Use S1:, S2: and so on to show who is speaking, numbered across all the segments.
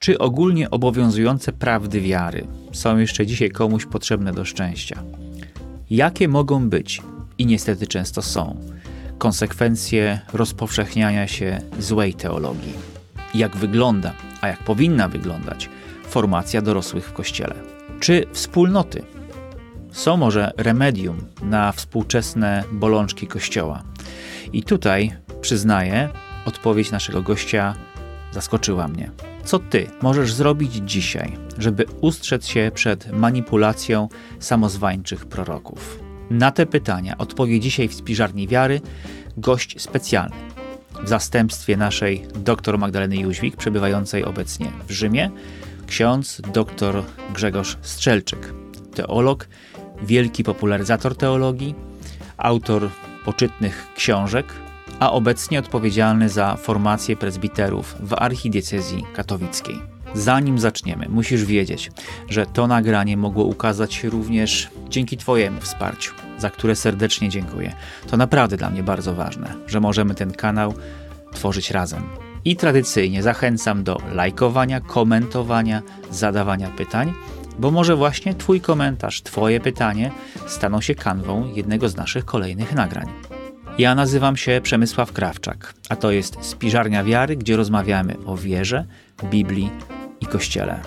S1: Czy ogólnie obowiązujące prawdy wiary są jeszcze dzisiaj komuś potrzebne do szczęścia? Jakie mogą być, i niestety często są, konsekwencje rozpowszechniania się złej teologii? Jak wygląda, a jak powinna wyglądać formacja dorosłych w Kościele? Czy wspólnoty są może remedium na współczesne bolączki Kościoła? I tutaj, przyznaję, odpowiedź naszego gościa zaskoczyła mnie. Co ty możesz zrobić dzisiaj, żeby ustrzec się przed manipulacją samozwańczych proroków? Na te pytania odpowie dzisiaj w Spiżarni Wiary gość specjalny. W zastępstwie naszej dr Magdaleny Jóźwik, przebywającej obecnie w Rzymie, ksiądz dr Grzegorz Strzelczyk, teolog, wielki popularyzator teologii, autor poczytnych książek, a obecnie odpowiedzialny za formację prezbiterów w archidiecezji katowickiej. Zanim zaczniemy, musisz wiedzieć, że to nagranie mogło ukazać się również dzięki Twojemu wsparciu, za które serdecznie dziękuję. To naprawdę dla mnie bardzo ważne, że możemy ten kanał tworzyć razem. I tradycyjnie zachęcam do lajkowania, komentowania, zadawania pytań, bo może właśnie Twój komentarz, Twoje pytanie staną się kanwą jednego z naszych kolejnych nagrań. Ja nazywam się Przemysław Krawczak, a to jest Spiżarnia Wiary, gdzie rozmawiamy o wierze, Biblii i Kościele.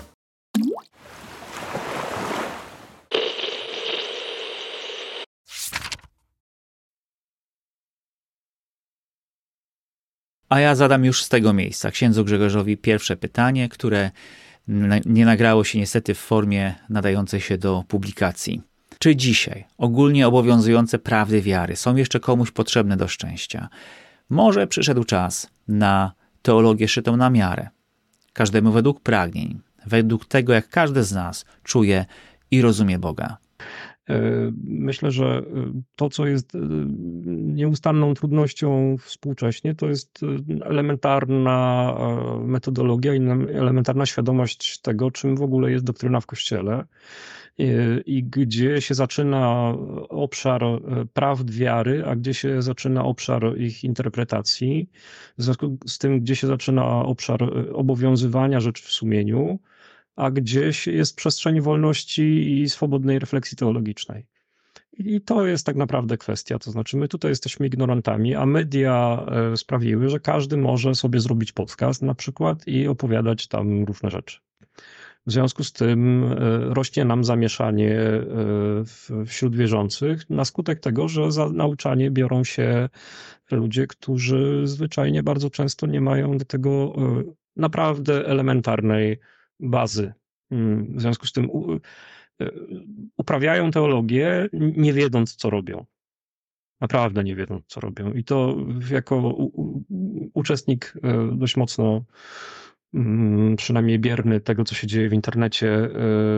S1: A ja zadam już z tego miejsca księdzu Grzegorzowi pierwsze pytanie, które nie nagrało się niestety w formie nadającej się do publikacji. Czy dzisiaj ogólnie obowiązujące prawdy wiary są jeszcze komuś potrzebne do szczęścia? Może przyszedł czas na teologię szytą na miarę, każdemu według pragnień, według tego, jak każdy z nas czuje i rozumie Boga.
S2: Myślę, że to, co jest nieustanną trudnością współcześnie, to jest elementarna metodologia i elementarna świadomość tego, czym w ogóle jest doktryna w Kościele i gdzie się zaczyna obszar prawd wiary, a gdzie się zaczyna obszar ich interpretacji, w związku z tym, gdzie się zaczyna obszar obowiązywania rzeczy w sumieniu, a gdzieś jest przestrzeń wolności i swobodnej refleksji teologicznej. I to jest tak naprawdę kwestia, to znaczy my tutaj jesteśmy ignorantami, a media sprawiły, że każdy może sobie zrobić podcast na przykład i opowiadać tam różne rzeczy. W związku z tym rośnie nam zamieszanie wśród wierzących na skutek tego, że za nauczanie biorą się ludzie, którzy zwyczajnie bardzo często nie mają do tego naprawdę elementarnej bazy. W związku z tym uprawiają teologię, nie wiedząc, co robią. Naprawdę nie wiedząc, co robią. I to jako uczestnik dość mocno, przynajmniej bierny tego, co się dzieje w internecie,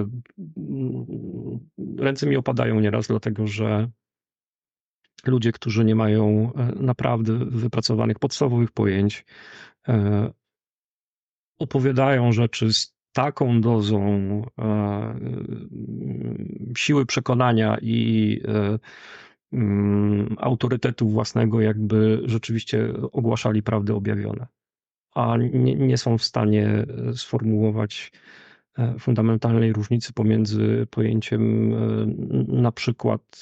S2: ręce mi opadają nieraz, dlatego że ludzie, którzy nie mają naprawdę wypracowanych podstawowych pojęć, opowiadają rzeczy z taką dozą siły przekonania i autorytetu własnego, jakby rzeczywiście ogłaszali prawdy objawione, a nie są w stanie sformułować fundamentalnej różnicy pomiędzy pojęciem na przykład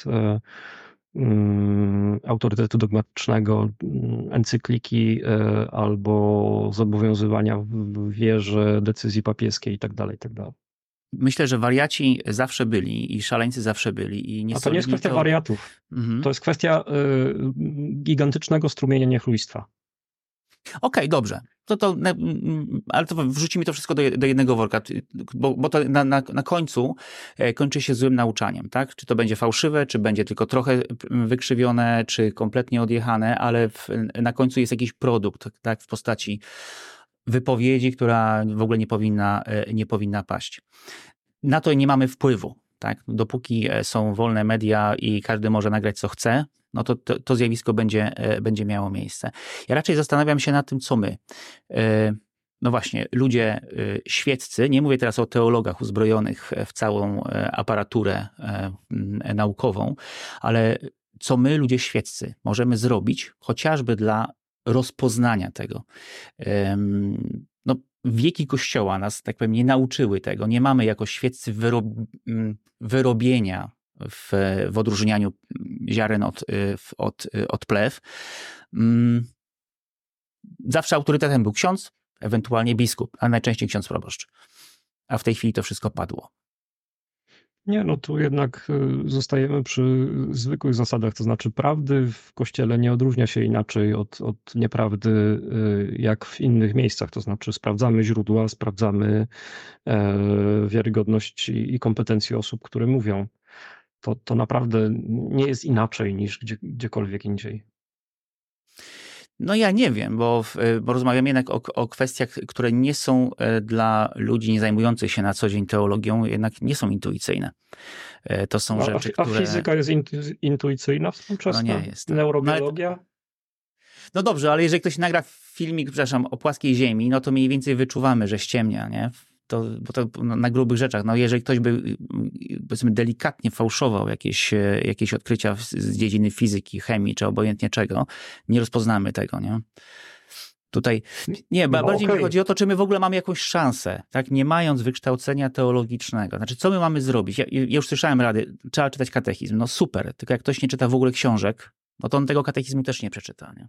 S2: autorytetu dogmatycznego, encykliki albo zobowiązywania w wierze, decyzji papieskiej itd.
S1: Myślę, że wariaci zawsze byli i szaleńcy zawsze byli.
S2: A to nie jest kwestia wariatów. To jest kwestia gigantycznego strumienia niechlujstwa.
S1: Okej, dobrze. Ale to wrzucimy to wszystko do jednego worka, bo to na końcu kończy się złym nauczaniem, tak? Czy to będzie fałszywe, czy będzie tylko trochę wykrzywione, czy kompletnie odjechane, ale na końcu jest jakiś produkt, tak? W postaci wypowiedzi, która w ogóle nie powinna paść. Na to nie mamy wpływu, tak? Dopóki są wolne media i każdy może nagrać co chce, no to zjawisko będzie miało miejsce. Ja raczej zastanawiam się nad tym, co my. No właśnie, ludzie świeccy, nie mówię teraz o teologach uzbrojonych w całą aparaturę naukową, ale co my, ludzie świeccy, możemy zrobić chociażby dla rozpoznania tego. No, wieki Kościoła nas, tak powiem, nie nauczyły tego. Nie mamy jako świeccy wyrobienia w odróżnianiu ziaren od plew. Zawsze autorytetem był ksiądz, ewentualnie biskup, a najczęściej ksiądz proboszcz. A w tej chwili to wszystko padło.
S2: Nie, no tu jednak zostajemy przy zwykłych zasadach, to znaczy prawdy w Kościele nie odróżnia się inaczej od nieprawdy jak w innych miejscach, to znaczy sprawdzamy źródła, sprawdzamy wiarygodność i kompetencje osób, które mówią. To naprawdę nie jest inaczej niż gdziekolwiek indziej.
S1: No ja nie wiem, bo rozmawiamy jednak o kwestiach, które nie są dla ludzi nie zajmujących się na co dzień teologią, jednak nie są intuicyjne. To są rzeczy, które...
S2: A fizyka jest intuicyjna współczesna?
S1: No nie jest.
S2: Neurobiologia?
S1: No dobrze, ale jeżeli ktoś nagra filmik, przepraszam, o płaskiej ziemi, no to mniej więcej wyczuwamy, że ściemnia, nie? Bo to na grubych rzeczach. No jeżeli ktoś by, powiedzmy, delikatnie fałszował jakieś odkrycia z dziedziny fizyki, chemii, czy obojętnie czego, nie rozpoznamy tego, nie? Tutaj, nie, bardziej mi chodzi o to, czy my w ogóle mamy jakąś szansę, tak? Nie mając wykształcenia teologicznego. Znaczy, co my mamy zrobić? Ja już słyszałem rady, trzeba czytać katechizm. No super, tylko jak ktoś nie czyta w ogóle książek, no to on tego katechizmu też nie przeczyta, nie?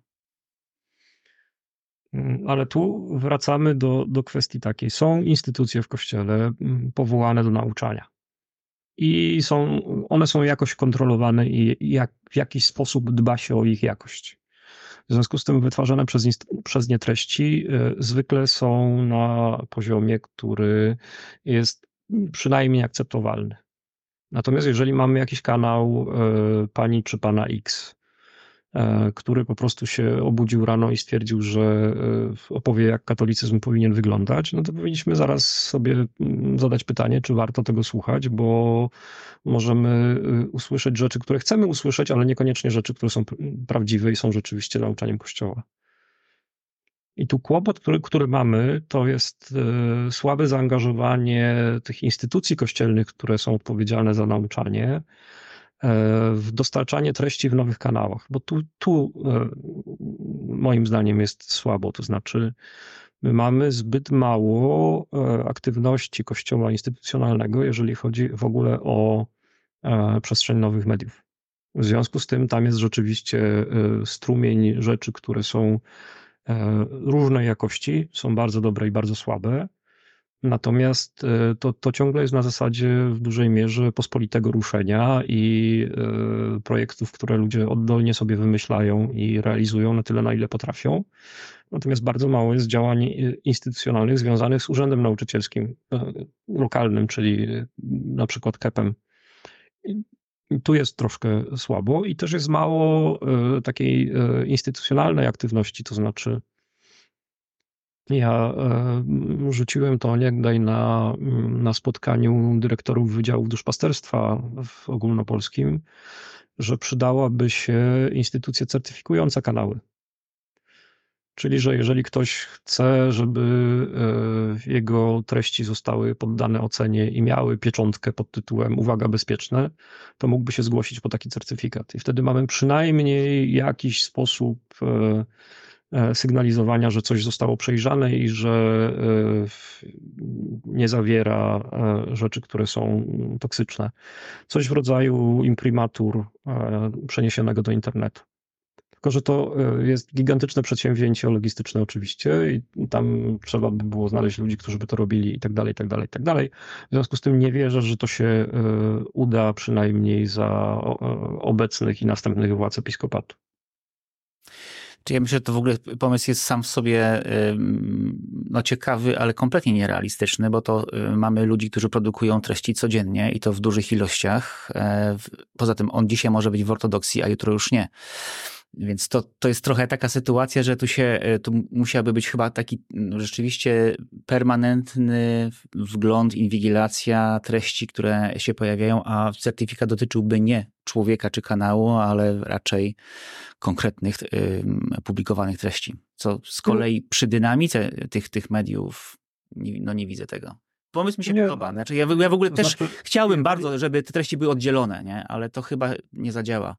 S2: Ale tu wracamy do kwestii takiej. Są instytucje w Kościele powołane do nauczania. I one są jakoś kontrolowane i w jakiś sposób dba się o ich jakość. W związku z tym wytwarzane przez nie treści zwykle są na poziomie, który jest przynajmniej akceptowalny. Natomiast jeżeli mamy jakiś kanał pani czy pana X, który po prostu się obudził rano i stwierdził, że opowie, jak katolicyzm powinien wyglądać, no to powinniśmy zaraz sobie zadać pytanie, czy warto tego słuchać, bo możemy usłyszeć rzeczy, które chcemy usłyszeć, ale niekoniecznie rzeczy, które są prawdziwe i są rzeczywiście nauczaniem Kościoła. I tu kłopot, który mamy, to jest słabe zaangażowanie tych instytucji kościelnych, które są odpowiedzialne za nauczanie, w dostarczanie treści w nowych kanałach, bo tu moim zdaniem jest słabo, to znaczy my mamy zbyt mało aktywności Kościoła instytucjonalnego, jeżeli chodzi w ogóle o przestrzeń nowych mediów. W związku z tym tam jest rzeczywiście strumień rzeczy, które są różnej jakości, są bardzo dobre i bardzo słabe. Natomiast to ciągle jest na zasadzie w dużej mierze pospolitego ruszenia i projektów, które ludzie oddolnie sobie wymyślają i realizują na tyle, na ile potrafią. Natomiast bardzo mało jest działań instytucjonalnych związanych z urzędem nauczycielskim lokalnym, czyli na przykład KEP-em. I tu jest troszkę słabo i też jest mało takiej instytucjonalnej aktywności, to znaczy ja rzuciłem to niegdyś na spotkaniu dyrektorów wydziałów duszpasterstwa w ogólnopolskim, że przydałaby się instytucja certyfikująca kanały. Czyli, że jeżeli ktoś chce, żeby jego treści zostały poddane ocenie i miały pieczątkę pod tytułem uwaga, bezpieczne, to mógłby się zgłosić po taki certyfikat. I wtedy mamy przynajmniej jakiś sposób sygnalizowania, że coś zostało przejrzane i że nie zawiera rzeczy, które są toksyczne. Coś w rodzaju imprimatur przeniesionego do internetu. Tylko że to jest gigantyczne przedsięwzięcie logistyczne oczywiście i tam trzeba by było znaleźć ludzi, którzy by to robili i tak dalej, i tak dalej, i tak dalej. W związku z tym nie wierzę, że to się uda przynajmniej za obecnych i następnych władz episkopatu.
S1: Ja myślę, że to w ogóle pomysł jest sam w sobie no, ciekawy, ale kompletnie nierealistyczny, bo to mamy ludzi, którzy produkują treści codziennie i to w dużych ilościach. Poza tym on dzisiaj może być w ortodoksji, a jutro już nie. Więc to jest trochę taka sytuacja, że tu musiałby być chyba taki rzeczywiście permanentny wgląd, inwigilacja treści, które się pojawiają, a certyfikat dotyczyłby nie człowieka czy kanału, ale raczej konkretnych publikowanych treści. Co z kolei przy dynamice tych mediów nie widzę tego. Pomysł mi się podoba. Znaczy, ja w ogóle też chciałbym bardzo, żeby te treści były oddzielone, nie? Ale to chyba nie zadziała.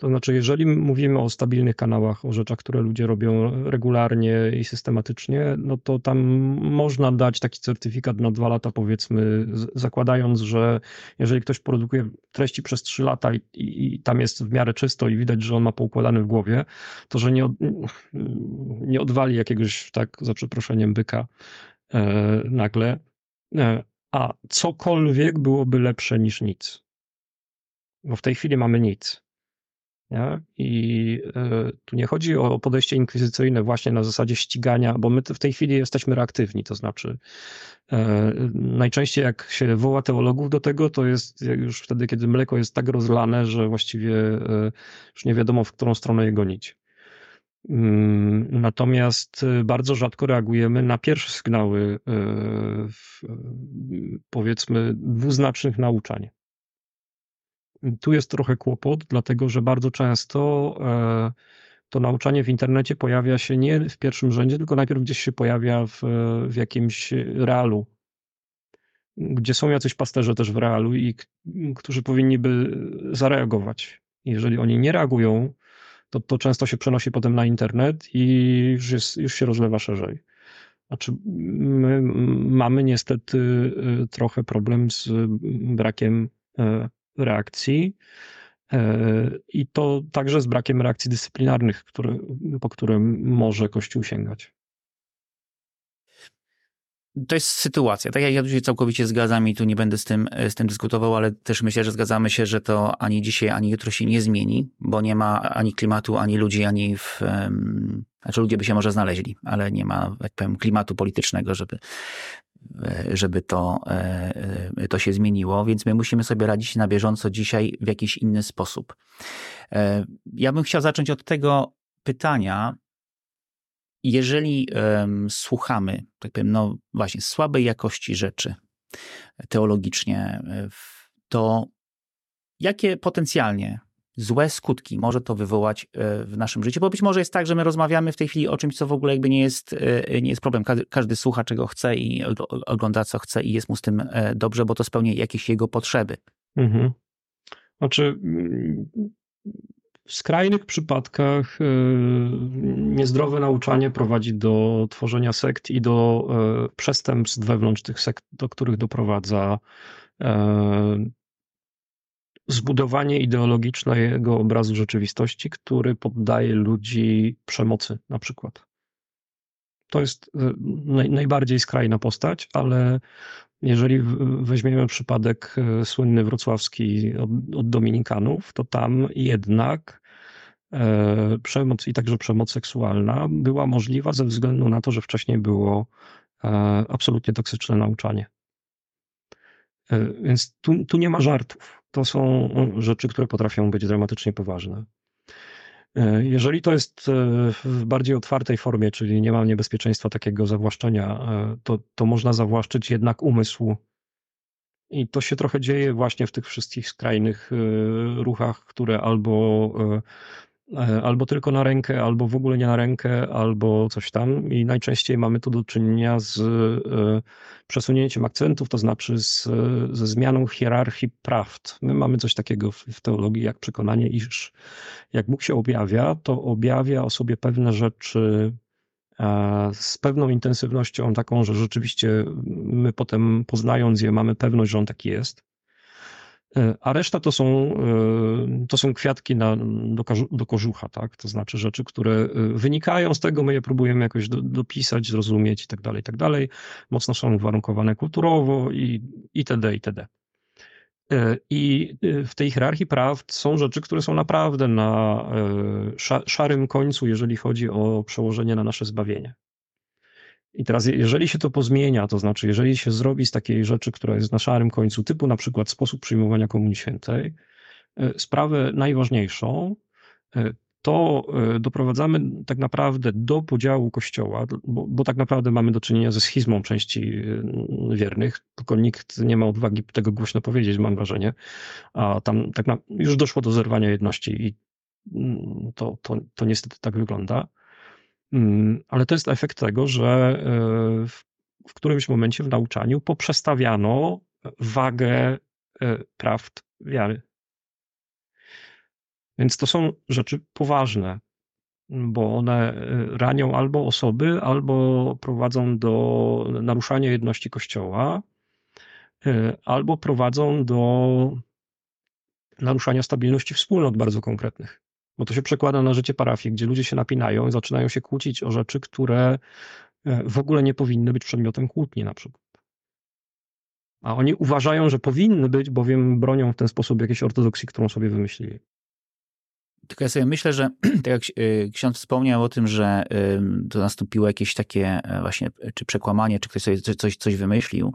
S2: To znaczy, jeżeli mówimy o stabilnych kanałach, o rzeczach, które ludzie robią regularnie i systematycznie, no to tam można dać taki certyfikat na 2 lata, powiedzmy, zakładając, że jeżeli ktoś produkuje treści przez 3 lata i tam jest w miarę czysto i widać, że on ma poukładane w głowie, to że nie odwali jakiegoś, tak za przeproszeniem, byka nagle, a cokolwiek byłoby lepsze niż nic. Bo w tej chwili mamy nic. Nie? I tu nie chodzi o podejście inkwizycyjne właśnie na zasadzie ścigania, bo my w tej chwili jesteśmy reaktywni, to znaczy najczęściej jak się woła teologów do tego, to jest już wtedy, kiedy mleko jest tak rozlane, że właściwie już nie wiadomo, w którą stronę je gonić. Natomiast bardzo rzadko reagujemy na pierwsze sygnały, powiedzmy, dwuznacznych nauczań. Tu jest trochę kłopot, dlatego że bardzo często to nauczanie w internecie pojawia się nie w pierwszym rzędzie, tylko najpierw gdzieś się pojawia w jakimś realu, gdzie są jacyś pasterze też w realu i którzy powinni by zareagować. Jeżeli oni nie reagują, to często się przenosi potem na internet i już się rozlewa szerzej. Znaczy, my mamy niestety trochę problem z brakiem reakcji i to także z brakiem reakcji dyscyplinarnych, po które może Kościół sięgać.
S1: To jest sytuacja. Tak jak ja tu się całkowicie zgadzam i tu nie będę z tym dyskutował, ale też myślę, że zgadzamy się, że to ani dzisiaj, ani jutro się nie zmieni, bo nie ma ani klimatu, ani ludzi, znaczy ludzie by się może znaleźli, ale nie ma, jak powiem, klimatu politycznego, żeby to się zmieniło, więc my musimy sobie radzić na bieżąco dzisiaj w jakiś inny sposób. Ja bym chciał zacząć od tego pytania, jeżeli słuchamy, tak powiem, no właśnie, słabej jakości rzeczy teologicznie, to jakie potencjalnie złe skutki może to wywołać w naszym życiu? Bo być może jest tak, że my rozmawiamy w tej chwili o czymś, co w ogóle jakby nie jest problem. Każdy słucha, czego chce i ogląda, co chce i jest mu z tym dobrze, bo to spełnia jakieś jego potrzeby.
S2: Mhm. Znaczy, w skrajnych przypadkach niezdrowe nauczanie prowadzi do tworzenia sekt i do przestępstw wewnątrz tych sekt, do których doprowadza zbudowanie ideologicznego obrazu rzeczywistości, który poddaje ludzi przemocy na przykład. To jest najbardziej skrajna postać, ale jeżeli weźmiemy przypadek słynny wrocławski od dominikanów, to tam jednak przemoc i także przemoc seksualna była możliwa ze względu na to, że wcześniej było absolutnie toksyczne nauczanie. Więc tu nie ma żartów. To są rzeczy, które potrafią być dramatycznie poważne. Jeżeli to jest w bardziej otwartej formie, czyli nie ma niebezpieczeństwa takiego zawłaszczenia, to można zawłaszczyć jednak umysł. I to się trochę dzieje właśnie w tych wszystkich skrajnych ruchach, które albo tylko na rękę, albo w ogóle nie na rękę, albo coś tam. I najczęściej mamy tu do czynienia z przesunięciem akcentów, to znaczy ze zmianą hierarchii prawd. My mamy coś takiego w teologii jak przekonanie, iż jak Bóg się objawia, to objawia o sobie pewne rzeczy z pewną intensywnością taką, że rzeczywiście my potem poznając je mamy pewność, że on taki jest. A reszta to są kwiatki do kożucha, tak? To znaczy rzeczy, które wynikają z tego, my je próbujemy jakoś dopisać, zrozumieć i tak dalej. Mocno są uwarunkowane kulturowo i itd., itd. I w tej hierarchii prawd są rzeczy, które są naprawdę na szarym końcu, jeżeli chodzi o przełożenie na nasze zbawienie. I teraz, jeżeli się to pozmienia, to znaczy, jeżeli się zrobi z takiej rzeczy, która jest na szarym końcu, typu na przykład sposób przyjmowania Komunii Świętej, sprawę najważniejszą, to doprowadzamy tak naprawdę do podziału Kościoła, bo tak naprawdę mamy do czynienia ze schizmą części wiernych, tylko nikt nie ma odwagi tego głośno powiedzieć, mam wrażenie, a tam już doszło do zerwania jedności i to niestety tak wygląda. Ale to jest efekt tego, że w którymś momencie w nauczaniu poprzestawiano wagę prawd wiary. Więc to są rzeczy poważne, bo one ranią albo osoby, albo prowadzą do naruszania jedności Kościoła, albo prowadzą do naruszania stabilności wspólnot bardzo konkretnych. Bo to się przekłada na życie parafii, gdzie ludzie się napinają i zaczynają się kłócić o rzeczy, które w ogóle nie powinny być przedmiotem kłótni na przykład. A oni uważają, że powinny być, bowiem bronią w ten sposób jakiejś ortodoksji, którą sobie wymyślili.
S1: Tylko ja sobie myślę, że tak jak ksiądz wspomniał o tym, że to nastąpiło jakieś takie właśnie czy przekłamanie, czy ktoś sobie coś wymyślił,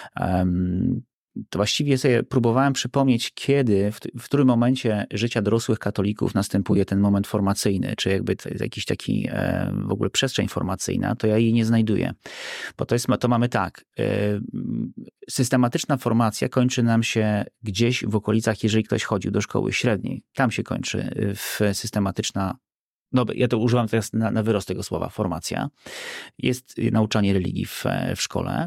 S1: to właściwie sobie próbowałem przypomnieć, kiedy, w którym momencie życia dorosłych katolików następuje ten moment formacyjny, czy jakby jakiś taki w ogóle przestrzeń formacyjna, to ja jej nie znajduję. Bo to mamy tak, systematyczna formacja kończy nam się gdzieś w okolicach, jeżeli ktoś chodził do szkoły średniej. Tam się kończy systematyczna, no ja to używam teraz na wyrost tego słowa, formacja. Jest nauczanie religii w szkole.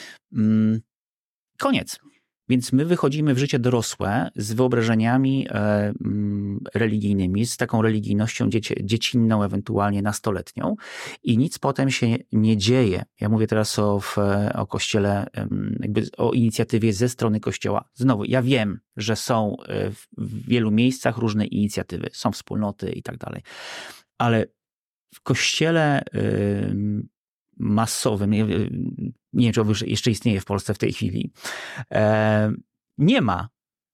S1: Koniec. Więc my wychodzimy w życie dorosłe z wyobrażeniami religijnymi, z taką religijnością dziecinną, ewentualnie nastoletnią i nic potem się nie dzieje. Ja mówię teraz o Kościele, jakby o inicjatywie ze strony Kościoła. Znowu, ja wiem, że są w wielu miejscach różne inicjatywy, są wspólnoty i tak dalej, ale w Kościele masowym, nie wiem, czy on jeszcze istnieje w Polsce w tej chwili, nie ma,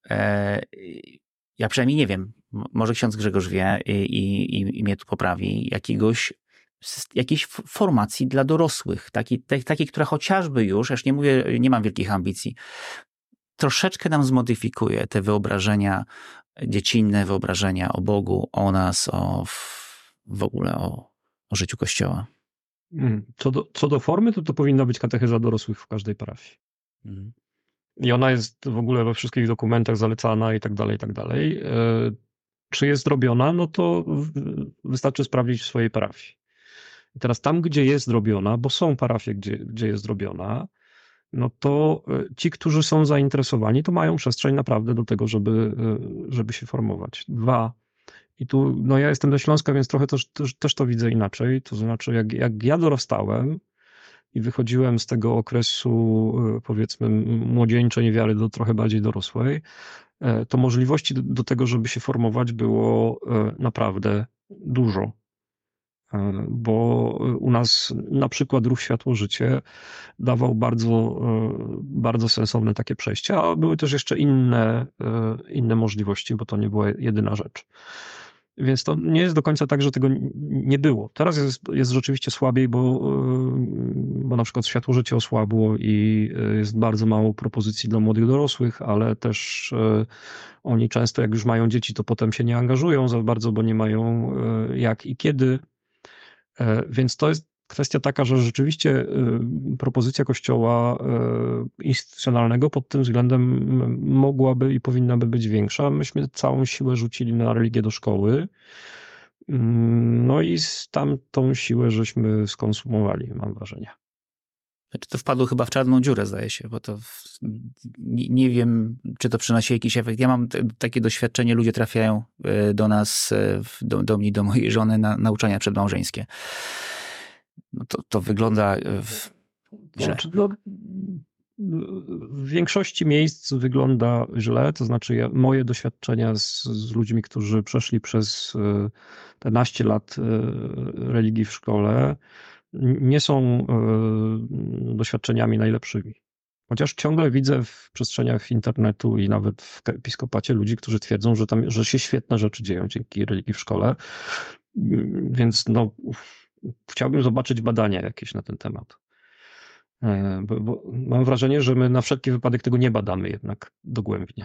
S1: ja przynajmniej nie wiem, może ksiądz Grzegorz wie i mnie tu poprawi, jakiejś formacji dla dorosłych, takiej, która chociażby już nie mówię, nie mam wielkich ambicji, troszeczkę nam zmodyfikuje te wyobrażenia dziecinne, wyobrażenia o Bogu, o nas, w ogóle o życiu Kościoła.
S2: Co do formy, to powinna być katecheza dorosłych w każdej parafii. I ona jest w ogóle we wszystkich dokumentach zalecana i tak dalej, i tak dalej. Czy jest robiona? No to wystarczy sprawdzić w swojej parafii. I teraz tam, gdzie jest robiona, bo są parafie, gdzie jest robiona, no to ci, którzy są zainteresowani, to mają przestrzeń naprawdę do tego, żeby się formować. I tu, no ja jestem ze Śląska, więc trochę też to widzę inaczej. To znaczy, jak ja dorastałem i wychodziłem z tego okresu, powiedzmy, młodzieńczej wiary do trochę bardziej dorosłej, to możliwości do tego, żeby się formować, było naprawdę dużo. Bo u nas na przykład ruch Światło-Życie dawał bardzo, bardzo sensowne takie przejście, a były też jeszcze inne możliwości, bo to nie była jedyna rzecz. Więc to nie jest do końca tak, że tego nie było. Teraz jest rzeczywiście słabiej, bo na przykład Światło-Życie osłabło i jest bardzo mało propozycji dla młodych dorosłych, ale też oni często, jak już mają dzieci, to potem się nie angażują za bardzo, bo nie mają jak i kiedy. Więc to jest kwestia taka, że rzeczywiście propozycja Kościoła instytucjonalnego pod tym względem mogłaby i powinna by być większa. Myśmy całą siłę rzucili na religię do szkoły. No i tamtą siłę żeśmy skonsumowali, mam wrażenie.
S1: Znaczy to wpadło chyba w czarną dziurę, zdaje się, bo to nie wiem, czy to przynosi jakiś efekt. Ja mam takie doświadczenie, ludzie trafiają do nas, do mnie, do mojej żony na nauczania przedmałżeńskie. No to wygląda źle.
S2: W większości miejsc wygląda źle, to znaczy moje doświadczenia z ludźmi, którzy przeszli przez te naście lat religii w szkole, nie są doświadczeniami najlepszymi. Chociaż ciągle widzę w przestrzeniach internetu i nawet w episkopacie ludzi, którzy twierdzą, że się świetne rzeczy dzieją dzięki religii w szkole. Więc no, chciałbym zobaczyć badania jakieś na ten temat. Bo mam wrażenie, że my na wszelki wypadek tego nie badamy jednak dogłębnie.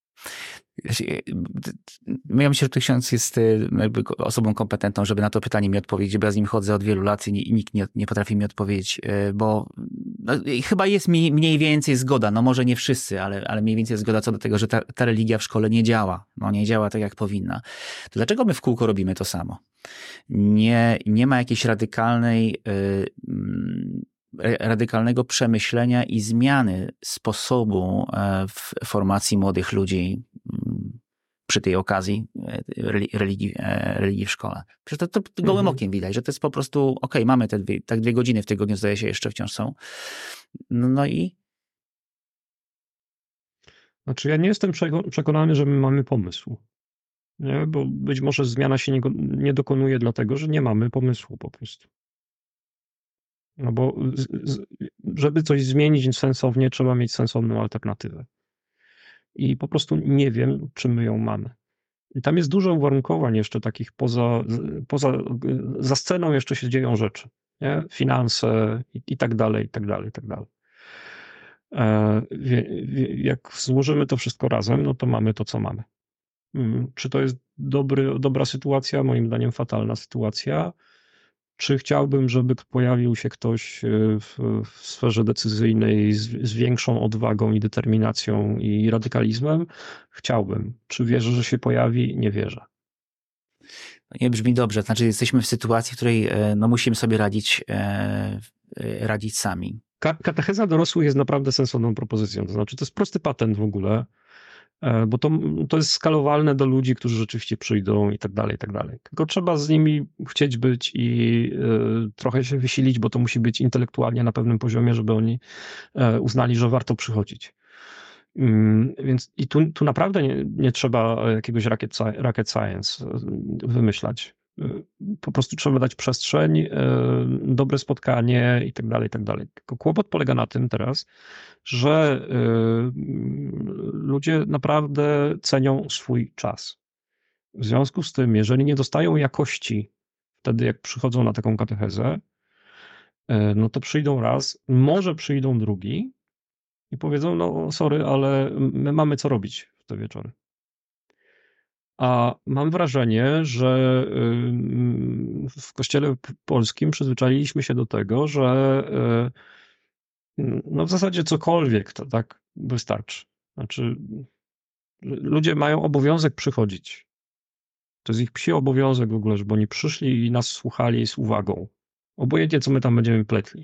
S1: Ja myślę, że tu ksiądz jest jakby osobą kompetentną, żeby na to pytanie mi odpowiedzieć, bo ja z nim chodzę od wielu lat i nikt nie potrafi mi odpowiedzieć, bo no, chyba jest mniej więcej zgoda, no może nie wszyscy, ale mniej więcej zgoda co do tego, że ta religia w szkole nie działa. No nie działa tak, jak powinna. To dlaczego my w kółko robimy to samo? Nie ma jakiejś radykalnego przemyślenia i zmiany sposobu w formacji młodych ludzi przy tej okazji religii w szkole. Przecież to gołym okiem widać, że to jest po prostu, okej, mamy te 2 godziny w tygodniu, zdaje się, jeszcze wciąż są. No i?
S2: Znaczy ja nie jestem przekonany, że my mamy pomysł. Nie? Bo być może zmiana się nie dokonuje dlatego, że nie mamy pomysłu po prostu. No bo żeby coś zmienić sensownie, trzeba mieć sensowną alternatywę. I po prostu nie wiem, czy my ją mamy. I tam jest dużo uwarunkowań jeszcze takich za sceną jeszcze się dzieją rzeczy, nie? Finanse i tak dalej, i tak dalej, i tak dalej. Jak złożymy to wszystko razem, no to mamy to, co mamy. Czy to jest dobra sytuacja? Moim zdaniem fatalna sytuacja. Czy chciałbym, żeby pojawił się ktoś w sferze decyzyjnej z większą odwagą i determinacją i radykalizmem? Chciałbym. Czy wierzę, że się pojawi? Nie wierzę.
S1: Nie brzmi dobrze. Znaczy jesteśmy w sytuacji, w której no, musimy sobie radzić sami.
S2: Katecheza dorosłych jest naprawdę sensowną propozycją. To znaczy to jest prosty patent w ogóle, bo to jest skalowalne do ludzi, którzy rzeczywiście przyjdą i tak dalej, i tak dalej. Tylko trzeba z nimi chcieć być i trochę się wysilić, bo to musi być intelektualnie na pewnym poziomie, żeby oni uznali, że warto przychodzić. Więc i tu naprawdę nie trzeba jakiegoś rocket science wymyślać. Po prostu trzeba dać przestrzeń, dobre spotkanie i tak dalej, i tak dalej. Tylko kłopot polega na tym teraz, że ludzie naprawdę cenią swój czas. W związku z tym, jeżeli nie dostają jakości wtedy, jak przychodzą na taką katechezę, no to przyjdą raz, może przyjdą drugi i powiedzą, no sorry, ale my mamy co robić w te wieczory. A mam wrażenie, że w kościele polskim przyzwyczailiśmy się do tego, że no w zasadzie cokolwiek to tak wystarczy. Znaczy, ludzie mają obowiązek przychodzić. To jest ich psi obowiązek w ogóle, żeby oni przyszli i nas słuchali z uwagą. Obojętnie, co my tam będziemy pletli.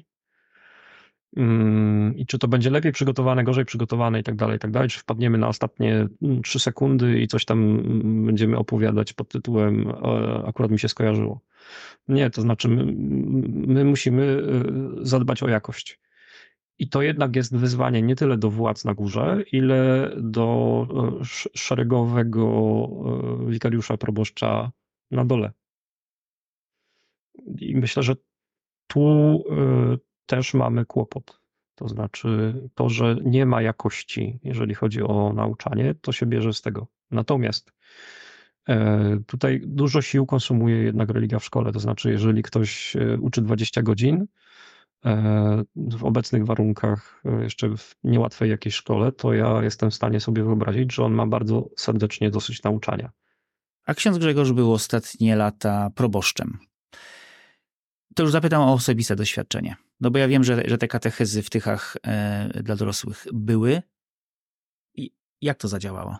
S2: I czy to będzie lepiej przygotowane, gorzej przygotowane i tak dalej, czy wpadniemy na ostatnie 3 sekundy i coś tam będziemy opowiadać pod tytułem akurat mi się skojarzyło. Nie, to znaczy my musimy zadbać o jakość. I to jednak jest wyzwanie nie tyle do władz na górze, ile do szeregowego wikariusza, proboszcza na dole. I myślę, że tu też mamy kłopot. To znaczy to, że nie ma jakości, jeżeli chodzi o nauczanie, to się bierze z tego. Natomiast tutaj dużo sił konsumuje jednak religia w szkole. To znaczy, jeżeli ktoś uczy 20 godzin w obecnych warunkach, jeszcze w niełatwej jakiejś szkole, to ja jestem w stanie sobie wyobrazić, że on ma bardzo serdecznie dosyć nauczania.
S1: A ksiądz Grzegorz był ostatnie lata proboszczem. To już zapytam o osobiste doświadczenie. No bo ja wiem, że te katechezy w Tychach dla dorosłych były. I jak to zadziałało?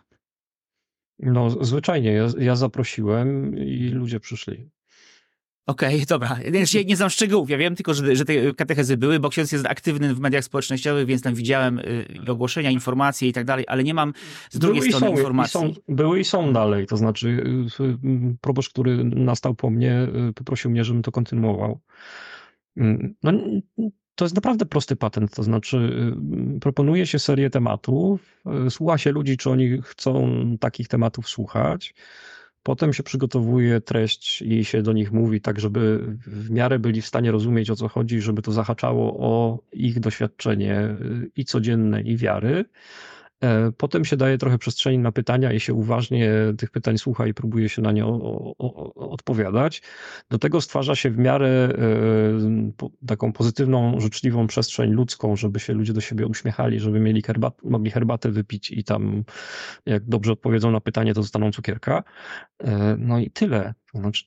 S2: No zwyczajnie, ja zaprosiłem i ludzie przyszli.
S1: Okej, dobra. Ja nie znam szczegółów. Ja wiem tylko, że te katechezy były, bo ksiądz jest aktywny w mediach społecznościowych, więc tam widziałem ogłoszenia, informacje i tak dalej, ale nie mam z drugiej strony informacji.
S2: Były i są dalej. To znaczy proboszcz, który nastał po mnie, poprosił mnie, żebym to kontynuował. No, to jest naprawdę prosty patent. To znaczy proponuje się serię tematów, słucha się ludzi, czy oni chcą takich tematów słuchać. Potem się przygotowuje treść i się do nich mówi tak, żeby w miarę byli w stanie rozumieć, o co chodzi, żeby to zahaczało o ich doświadczenie i codzienne, i wiary. Potem się daje trochę przestrzeni na pytania i się uważnie tych pytań słucha i próbuje się na nie odpowiadać. Do tego stwarza się w miarę taką pozytywną, życzliwą przestrzeń ludzką, żeby się ludzie do siebie uśmiechali, żeby mogli herbatę wypić i tam jak dobrze odpowiedzą na pytanie, to dostaną cukierka. No i tyle. To znaczy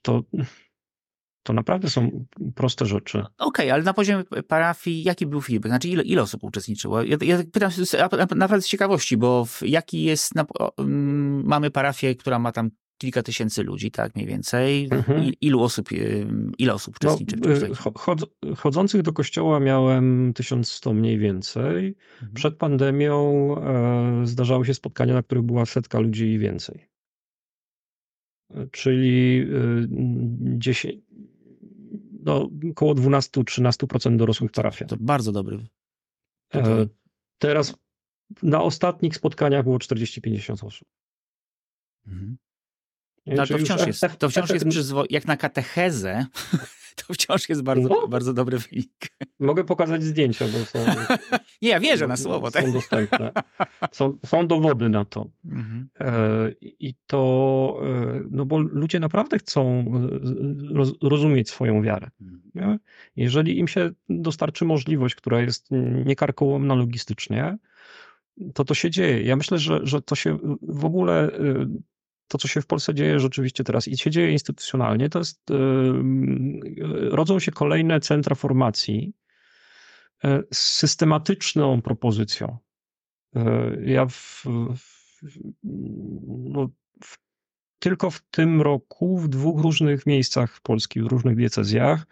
S2: to naprawdę są proste rzeczy.
S1: Okej, ale na poziomie parafii jaki był feedback? Znaczy ile osób uczestniczyło? Ja pytam naprawdę z ciekawości, bo jaki jest... mamy parafię, która ma tam kilka tysięcy ludzi, tak mniej więcej. Ile osób uczestniczy?
S2: Chodzących do kościoła miałem 1100 mniej więcej. Przed pandemią zdarzały się spotkania, na których była 100 ludzi i więcej. czyli 10, no, około 12-13% dorosłych parafia.
S1: To bardzo dobry.
S2: Teraz na ostatnich spotkaniach było 40-50 osób.
S1: Mhm.
S2: Nie,
S1: No,
S2: czyli
S1: to wciąż jest jak na katechezę, to wciąż jest bardzo, bardzo dobry wynik.
S2: Mogę pokazać zdjęcia, bo są...
S1: Nie, ja wierzę na słowo.
S2: Są dostępne. Są dowody na to.
S1: Mhm.
S2: I to, no bo ludzie naprawdę chcą rozumieć swoją wiarę. Nie? Jeżeli im się dostarczy możliwość, która jest niekarkołomna logistycznie, to się dzieje. Ja myślę, że to się w ogóle... To, co się w Polsce dzieje rzeczywiście teraz i się dzieje instytucjonalnie, to jest, rodzą się kolejne centra formacji z systematyczną propozycją. Ja tylko w tym roku w 2 różnych miejscach w Polsce, w różnych diecezjach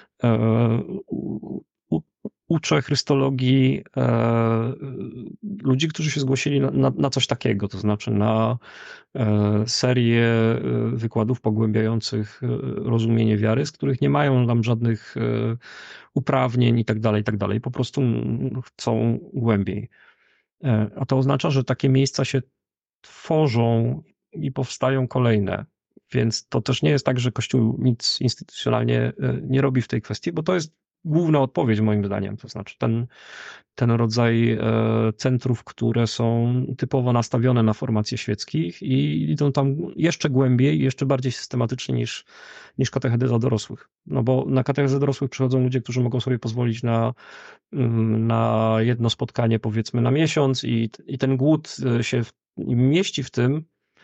S2: uczę chrystologii ludzi, którzy się zgłosili na coś takiego, to znaczy na serię wykładów pogłębiających rozumienie wiary, z których nie mają tam żadnych uprawnień i tak dalej, po prostu chcą głębiej. A to oznacza, że takie miejsca się tworzą i powstają kolejne. Więc to też nie jest tak, że Kościół nic instytucjonalnie nie robi w tej kwestii, bo to jest główna odpowiedź moim zdaniem. To znaczy ten rodzaj centrów, które są typowo nastawione na formacje świeckich i idą tam jeszcze głębiej, jeszcze bardziej systematycznie niż katecheza dorosłych. No bo na katechezę dorosłych przychodzą ludzie, którzy mogą sobie pozwolić na jedno spotkanie powiedzmy na miesiąc i ten głód się mieści w tym.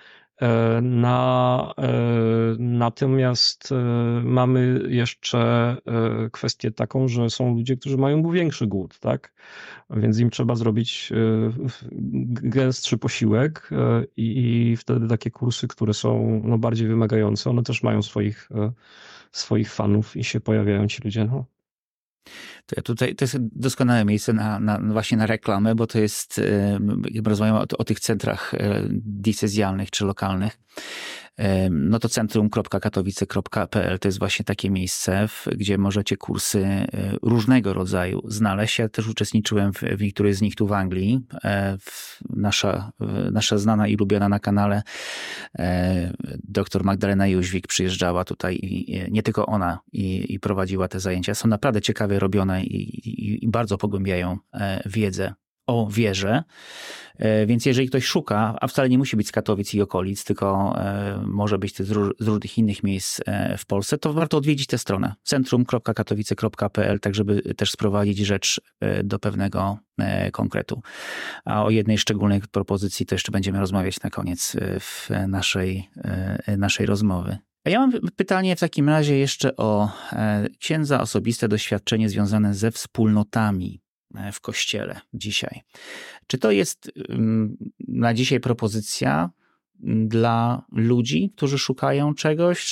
S2: Natomiast mamy jeszcze kwestię taką, że są ludzie, którzy mają większy głód, tak? Więc im trzeba zrobić gęstszy posiłek i wtedy takie kursy, które są no, bardziej wymagające, one też mają swoich fanów i się pojawiają ci ludzie. No.
S1: To jest doskonałe miejsce właśnie na reklamę, bo to jest, jak rozmawiamy o tych centrach diecezjalnych czy lokalnych, no to centrum.katowice.pl to jest właśnie takie miejsce, gdzie możecie kursy różnego rodzaju znaleźć. Ja też uczestniczyłem w niektórych z nich tu w Anglii. Nasza znana i lubiana na kanale dr Magdalena Jóźwik przyjeżdżała tutaj i nie tylko ona i prowadziła te zajęcia. Są naprawdę ciekawie robione i bardzo pogłębiają wiedzę o wierze. Więc jeżeli ktoś szuka, a wcale nie musi być z Katowic i okolic, tylko może być z różnych innych miejsc w Polsce, to warto odwiedzić tę stronę centrum.katowice.pl, tak żeby też sprowadzić rzecz do pewnego konkretu. A o jednej szczególnej propozycji to jeszcze będziemy rozmawiać na koniec w naszej rozmowy. A ja mam pytanie w takim razie jeszcze o księdza osobiste doświadczenie związane ze wspólnotami w Kościele dzisiaj. Czy to jest na dzisiaj propozycja dla ludzi, którzy szukają czegoś,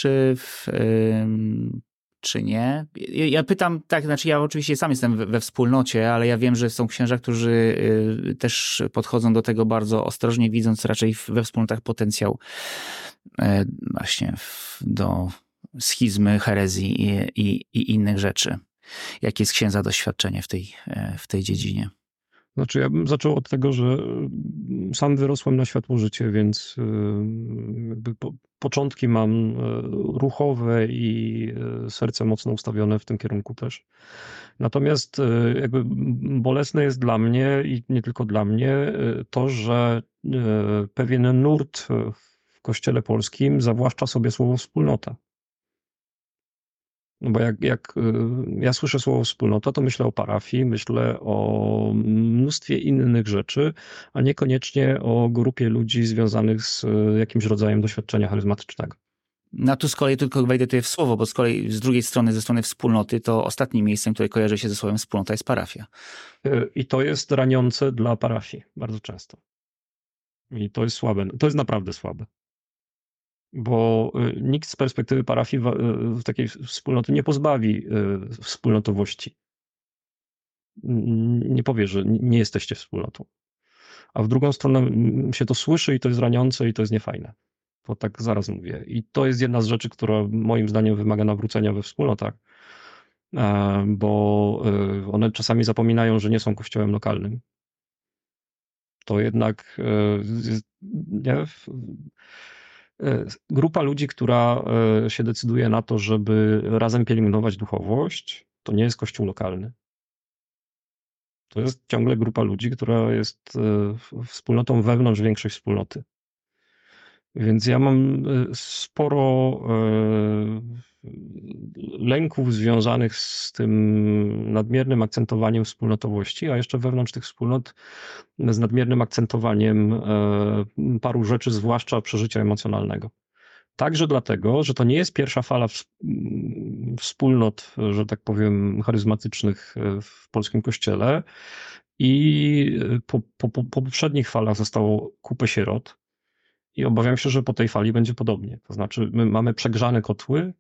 S1: czy nie? Ja pytam tak, znaczy ja oczywiście sam jestem we wspólnocie, ale ja wiem, że są księża, którzy też podchodzą do tego bardzo ostrożnie, widząc raczej we wspólnotach potencjał właśnie do schizmy, herezji i innych rzeczy. Jakie jest księdza doświadczenie w tej dziedzinie?
S2: Znaczy ja bym zaczął od tego, że sam wyrosłem na światło życie, więc jakby początki mam ruchowe i serce mocno ustawione w tym kierunku też. Natomiast jakby bolesne jest dla mnie i nie tylko dla mnie to, że pewien nurt w Kościele polskim zawłaszcza sobie słowo wspólnota. No bo jak ja słyszę słowo wspólnota, to myślę o parafii, myślę o mnóstwie innych rzeczy, a niekoniecznie o grupie ludzi związanych z jakimś rodzajem doświadczenia charyzmatycznego.
S1: No tu z kolei tylko wejdę tutaj w słowo, bo z kolei z drugiej strony, ze strony wspólnoty, to ostatnim miejscem, które kojarzy się ze słowem wspólnota, jest parafia.
S2: I to jest raniące dla parafii bardzo często. I to jest słabe. To jest naprawdę słabe. Bo nikt z perspektywy parafii w takiej wspólnoty nie pozbawi wspólnotowości. Nie powie, że nie jesteście wspólnotą. A w drugą stronę się to słyszy i to jest raniące i to jest niefajne. To tak zaraz mówię. I to jest jedna z rzeczy, która moim zdaniem wymaga nawrócenia we wspólnotach, bo one czasami zapominają, że nie są kościołem lokalnym. To jednak jest, nie, grupa ludzi, która się decyduje na to, żeby razem pielęgnować duchowość, to nie jest kościół lokalny. To jest ciągle grupa ludzi, która jest wspólnotą wewnątrz większej wspólnoty. Więc ja mam sporo lęków związanych z tym nadmiernym akcentowaniem wspólnotowości, a jeszcze wewnątrz tych wspólnot z nadmiernym akcentowaniem paru rzeczy, zwłaszcza przeżycia emocjonalnego. Także dlatego, że to nie jest pierwsza fala wspólnot, że tak powiem, charyzmatycznych w polskim kościele i po poprzednich falach zostało kupę sierot i obawiam się, że po tej fali będzie podobnie. To znaczy my mamy przegrzane kotły,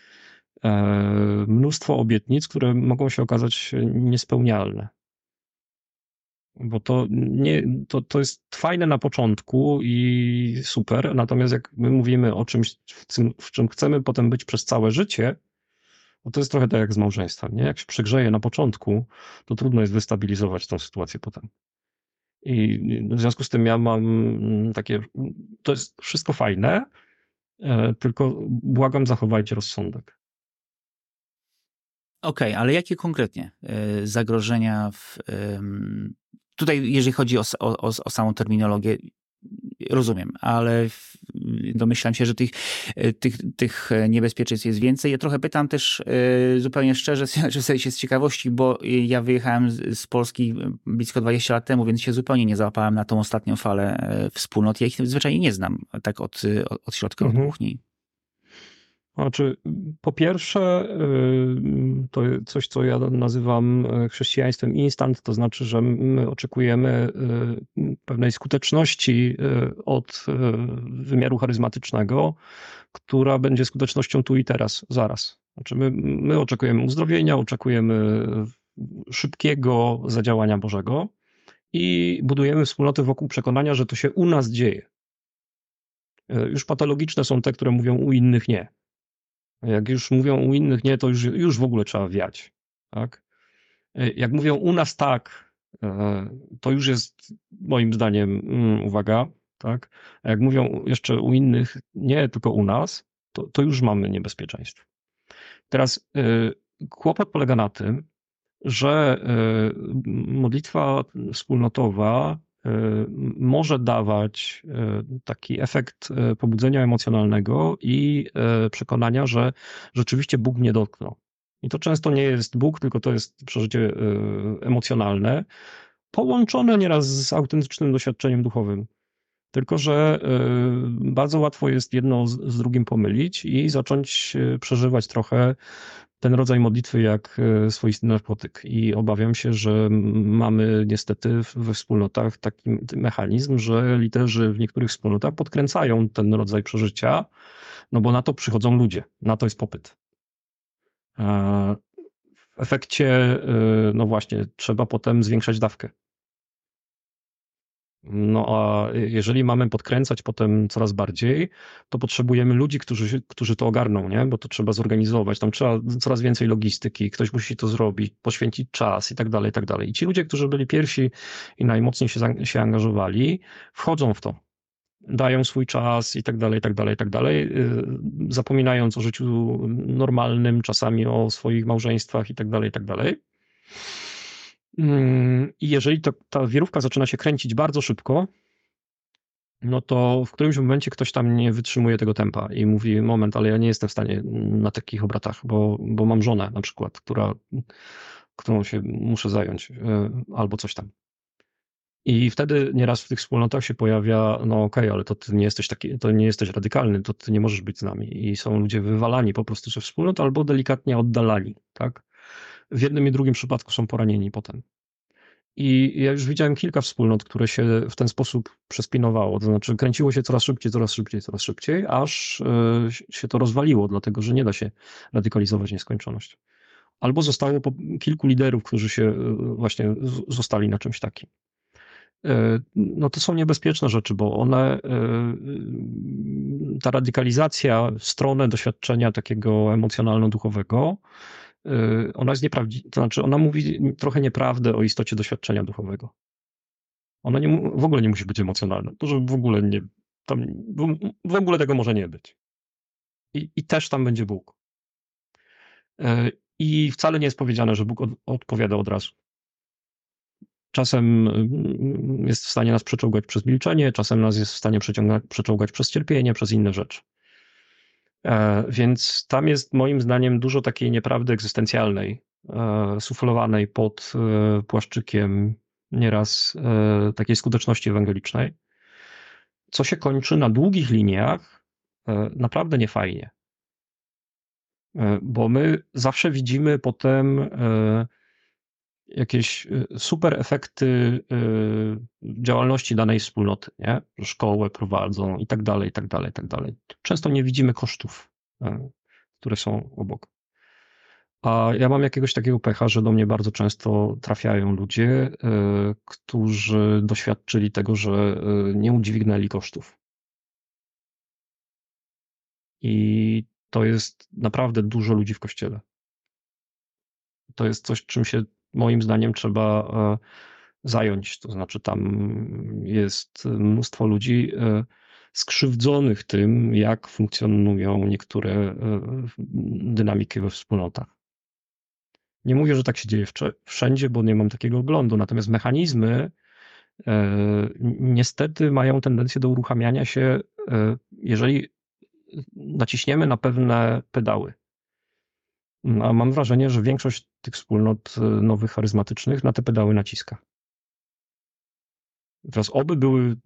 S2: mnóstwo obietnic, które mogą się okazać niespełnialne. Bo to jest fajne na początku i super, natomiast jak my mówimy o czymś, w czym chcemy potem być przez całe życie, no to jest trochę tak jak z małżeństwem, nie? Jak się przegrzeje na początku, to trudno jest wystabilizować tą sytuację potem. I w związku z tym ja mam takie, to jest wszystko fajne, tylko błagam, zachowajcie rozsądek.
S1: Okej, ale jakie konkretnie zagrożenia tutaj, jeżeli chodzi o samą terminologię, rozumiem, ale domyślam się, że tych niebezpieczeństw jest więcej. Ja trochę pytam też zupełnie szczerze, że sobie się z ciekawości, bo ja wyjechałem z Polski blisko 20 lat temu, więc się zupełnie nie załapałem na tą ostatnią falę wspólnot. Ja ich zwyczajnie nie znam tak od środka, od kuchni.
S2: Znaczy, po pierwsze, to coś, co ja nazywam chrześcijaństwem instant, to znaczy, że my oczekujemy pewnej skuteczności od wymiaru charyzmatycznego, która będzie skutecznością tu i teraz, zaraz. Znaczy, my oczekujemy uzdrowienia, oczekujemy szybkiego zadziałania Bożego i budujemy wspólnoty wokół przekonania, że to się u nas dzieje. Już patologiczne są te, które mówią u innych nie. Jak już mówią u innych nie, to już w ogóle trzeba wiać. Tak? Jak mówią u nas tak, to już jest moim zdaniem uwaga. Tak? A jak mówią jeszcze u innych nie, tylko u nas, to już mamy niebezpieczeństwo. Teraz kłopot polega na tym, że modlitwa wspólnotowa może dawać taki efekt pobudzenia emocjonalnego i przekonania, że rzeczywiście Bóg mnie dotknął. I to często nie jest Bóg, tylko to jest przeżycie emocjonalne, połączone nieraz z autentycznym doświadczeniem duchowym. Tylko że bardzo łatwo jest jedno z drugim pomylić i zacząć przeżywać trochę ten rodzaj modlitwy jak swoisty narkotyk. I obawiam się, że mamy niestety we wspólnotach taki mechanizm, że liderzy w niektórych wspólnotach podkręcają ten rodzaj przeżycia, no bo na to przychodzą ludzie, na to jest popyt. W efekcie, no właśnie, trzeba potem zwiększać dawkę. No a jeżeli mamy podkręcać potem coraz bardziej, to potrzebujemy ludzi, którzy to ogarną, nie? Bo to trzeba zorganizować, tam trzeba coraz więcej logistyki, ktoś musi to zrobić, poświęcić czas i tak dalej, i tak dalej. I ci ludzie, którzy byli pierwsi i najmocniej się angażowali, wchodzą w to, dają swój czas i tak dalej, i tak dalej, i tak dalej, zapominając o życiu normalnym, czasami o swoich małżeństwach i tak dalej, i tak dalej. I jeżeli ta wirówka zaczyna się kręcić bardzo szybko, no to w którymś momencie ktoś tam nie wytrzymuje tego tempa i mówi, moment, ale ja nie jestem w stanie na takich obrotach, bo mam żonę na przykład, którą się muszę zająć, albo coś tam. I wtedy nieraz w tych wspólnotach się pojawia, no okej, ale to ty nie jesteś taki, to nie jesteś radykalny, to ty nie możesz być z nami. I są ludzie wywalani po prostu ze wspólnot albo delikatnie oddalani, tak? W jednym i drugim przypadku są poranieni potem. I ja już widziałem kilka wspólnot, które się w ten sposób przespinowało, to znaczy kręciło się coraz szybciej, coraz szybciej, coraz szybciej, aż się to rozwaliło, dlatego że nie da się radykalizować nieskończoność. Albo zostało kilku liderów, którzy się właśnie zostali na czymś takim. No to są niebezpieczne rzeczy, bo one, ta radykalizacja w stronę doświadczenia takiego emocjonalno-duchowego, ona jest nieprawdziwa, to znaczy ona mówi trochę nieprawdę o istocie doświadczenia duchowego. Ona w ogóle nie musi być emocjonalna, to że w ogóle nie, tam, w ogóle tego może nie być. I też tam będzie Bóg. I wcale nie jest powiedziane, że Bóg odpowiada od razu. Czasem jest w stanie nas przeczołgać przez milczenie, czasem nas jest w stanie przeczołgać przez cierpienie, przez inne rzeczy. Więc tam jest moim zdaniem dużo takiej nieprawdy egzystencjalnej, suflowanej pod płaszczykiem nieraz takiej skuteczności ewangelicznej, co się kończy na długich liniach naprawdę niefajnie. Bo my zawsze widzimy potem jakieś super efekty działalności danej wspólnoty, nie? Że szkołę prowadzą i tak dalej, i tak dalej, i tak dalej. Często nie widzimy kosztów, które są obok. A ja mam jakiegoś takiego pecha, że do mnie bardzo często trafiają ludzie, którzy doświadczyli tego, że nie udźwignęli kosztów. I to jest naprawdę dużo ludzi w kościele. To jest coś, czym się moim zdaniem trzeba zająć. To znaczy, tam jest mnóstwo ludzi skrzywdzonych tym, jak funkcjonują niektóre dynamiki we wspólnotach. Nie mówię, że tak się dzieje wszędzie, bo nie mam takiego oglądu, natomiast mechanizmy niestety mają tendencję do uruchamiania się, jeżeli naciśniemy na pewne pedały. A mam wrażenie, że większość tych wspólnot nowych, charyzmatycznych na te pedały naciska. Teraz oby były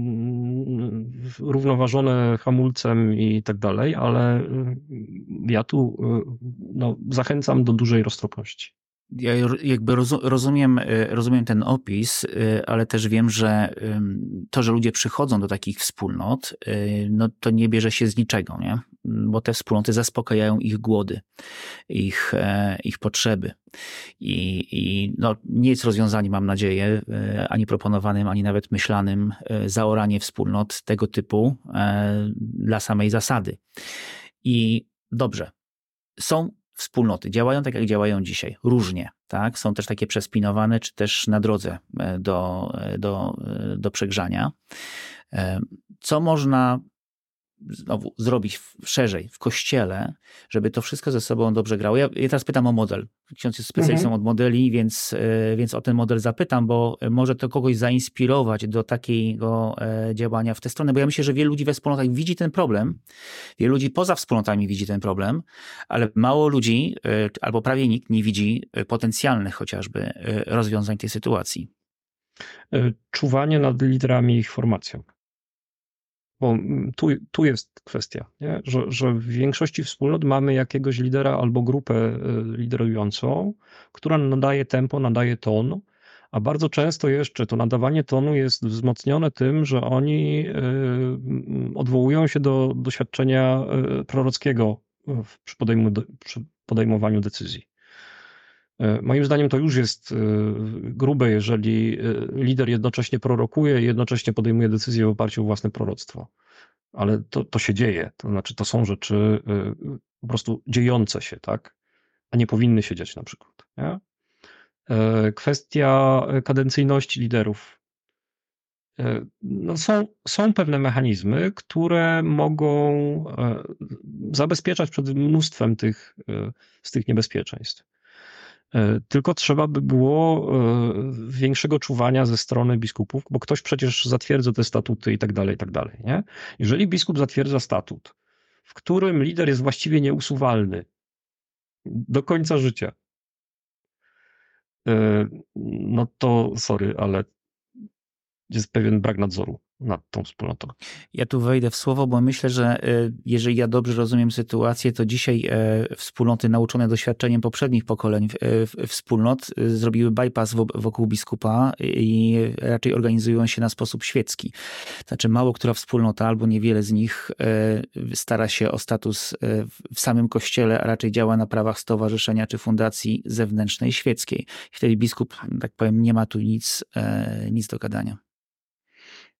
S2: równoważone hamulcem i tak dalej, ale ja tu zachęcam do dużej roztropności.
S1: Ja jakby rozumiem ten opis, ale też wiem, że to, że ludzie przychodzą do takich wspólnot, no to nie bierze się z niczego, nie? Bo te wspólnoty zaspokajają ich głody, ich potrzeby. I no, nie jest rozwiązaniem, mam nadzieję, ani proponowanym, ani nawet myślanym zaoranie wspólnot tego typu dla samej zasady. I dobrze, są wspólnoty, działają tak, jak działają dzisiaj, różnie, tak? Są też takie przespinowane, czy też na drodze do przegrzania. Co można znowu zrobić szerzej w kościele, żeby to wszystko ze sobą dobrze grało? Ja teraz pytam o model. Ksiądz jest specjalistą od modeli, więc o ten model zapytam, bo może to kogoś zainspirować do takiego działania w tę stronę, bo ja myślę, że wielu ludzi we wspólnotach widzi ten problem, wielu ludzi poza wspólnotami widzi ten problem, ale mało ludzi, albo prawie nikt nie widzi potencjalnych chociażby rozwiązań tej sytuacji.
S2: Czuwanie nad liderami i ich formacją. Bo tu jest kwestia, nie? Że w większości wspólnot mamy jakiegoś lidera albo grupę liderującą, która nadaje tempo, nadaje ton, a bardzo często jeszcze to nadawanie tonu jest wzmocnione tym, że oni odwołują się do doświadczenia prorockiego przy podejmowaniu decyzji. Moim zdaniem to już jest grube, jeżeli lider jednocześnie prorokuje i jednocześnie podejmuje decyzje w oparciu o własne proroctwo. Ale to się dzieje, to znaczy to są rzeczy po prostu dziejące się, tak? A nie powinny się dziać na przykład. Nie? Kwestia kadencyjności liderów. No są pewne mechanizmy, które mogą zabezpieczać przed mnóstwem z tych niebezpieczeństw. Tylko trzeba by było większego czuwania ze strony biskupów, bo ktoś przecież zatwierdza te statuty i tak dalej, nie? Jeżeli biskup zatwierdza statut, w którym lider jest właściwie nieusuwalny do końca życia, no to sorry, ale jest pewien brak nadzoru nad tą wspólnotą.
S1: Ja tu wejdę w słowo, bo myślę, że jeżeli ja dobrze rozumiem sytuację, to dzisiaj wspólnoty nauczone doświadczeniem poprzednich pokoleń wspólnot zrobiły bypass wokół biskupa i raczej organizują się na sposób świecki. Znaczy mało która wspólnota, albo niewiele z nich stara się o status w samym kościele, a raczej działa na prawach stowarzyszenia czy fundacji zewnętrznej, świeckiej. I wtedy biskup, tak powiem, nie ma tu nic do gadania.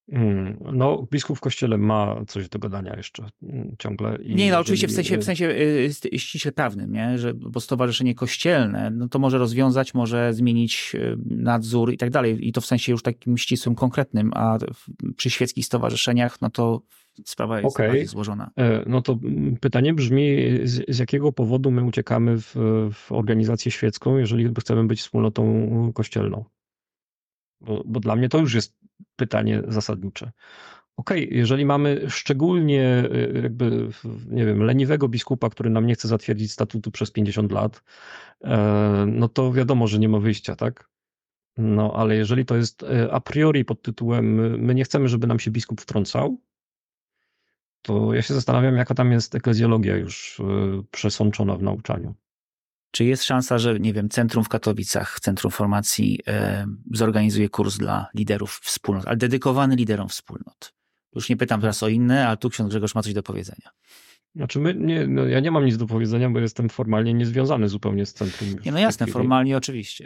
S2: No, biskup w kościele ma coś do gadania jeszcze ciągle. I
S1: Nie, no oczywiście
S2: jeżeli,
S1: w sensie ściśle prawnym, nie? Bo stowarzyszenie kościelne, no to może rozwiązać, może zmienić nadzór i tak dalej. I to w sensie już takim ścisłym, konkretnym, a przy świeckich stowarzyszeniach, no to sprawa jest bardziej złożona.
S2: No to pytanie brzmi, z jakiego powodu my uciekamy w organizację świecką, jeżeli chcemy być wspólnotą kościelną? Bo dla mnie to już jest pytanie zasadnicze. Jeżeli mamy szczególnie jakby, nie wiem, leniwego biskupa, który nam nie chce zatwierdzić statutu przez 50 lat, no to wiadomo, że nie ma wyjścia, tak? No ale jeżeli to jest a priori pod tytułem my nie chcemy, żeby nam się biskup wtrącał, to ja się zastanawiam, jaka tam jest eklezjologia już przesączona w nauczaniu.
S1: Czy jest szansa, że, nie wiem, Centrum w Katowicach, Centrum Formacji zorganizuje kurs dla liderów wspólnot, ale dedykowany liderom wspólnot? Już nie pytam teraz o inne, ale tu ksiądz Grzegorz ma coś do powiedzenia.
S2: Znaczy ja nie mam nic do powiedzenia, bo jestem formalnie niezwiązany zupełnie z centrum.
S1: Nie, no jasne, formalnie oczywiście.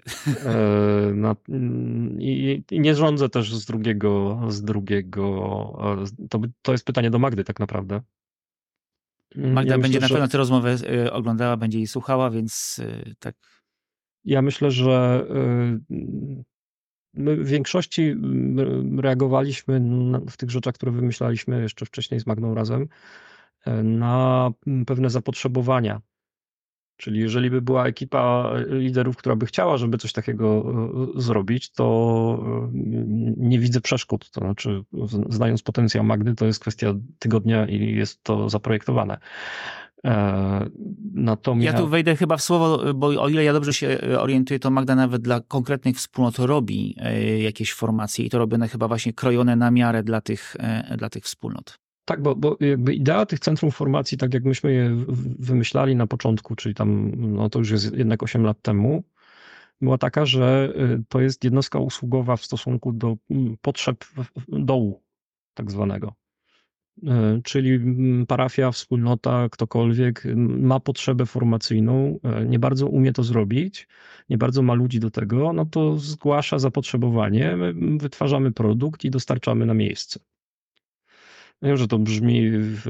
S2: I nie rządzę też to jest pytanie do Magdy tak naprawdę.
S1: Magda będzie na pewno tę rozmowę oglądała, będzie jej słuchała, więc tak.
S2: Ja myślę, że my w większości reagowaliśmy w tych rzeczach, które wymyślaliśmy jeszcze wcześniej z Magdą razem, na pewne zapotrzebowania. Czyli jeżeli by była ekipa liderów, która by chciała, żeby coś takiego zrobić, to nie widzę przeszkód. To znaczy, znając potencjał Magdy, to jest kwestia tygodnia i jest to zaprojektowane. Natomiast...
S1: Ja tu wejdę chyba w słowo, bo o ile ja dobrze się orientuję, to Magda nawet dla konkretnych wspólnot robi jakieś formacje i to robione chyba właśnie krojone na miarę dla tych wspólnot.
S2: Tak, bo jakby idea tych centrum formacji, tak jak myśmy je wymyślali na początku, czyli tam, no to już jest jednak 8 lat temu, była taka, że to jest jednostka usługowa w stosunku do potrzeb dołu tak zwanego. Czyli parafia, wspólnota, ktokolwiek ma potrzebę formacyjną, nie bardzo umie to zrobić, nie bardzo ma ludzi do tego, no to zgłasza zapotrzebowanie, my wytwarzamy produkt i dostarczamy na miejsce. Wiem, że to brzmi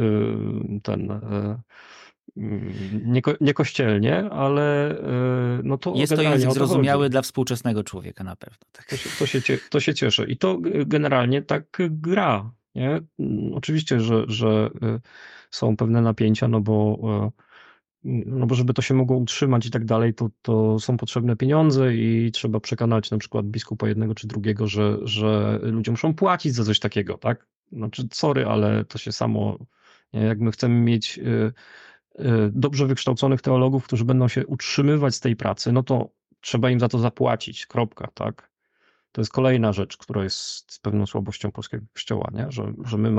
S2: niekościelnie, ale no to
S1: jest to język zrozumiały dla współczesnego człowieka na pewno. Tak.
S2: To się cieszę. I to generalnie tak gra. Nie? Oczywiście, że są pewne napięcia, no bo żeby to się mogło utrzymać i tak dalej, to są potrzebne pieniądze i trzeba przekonać na przykład biskupa jednego czy drugiego, że ludzie muszą płacić za coś takiego, tak? Znaczy, sorry, ale to się samo, jak my chcemy mieć dobrze wykształconych teologów, którzy będą się utrzymywać z tej pracy, no to trzeba im za to zapłacić, kropka, tak? To jest kolejna rzecz, która jest z pewną słabością polskiego kościoła, nie? Że my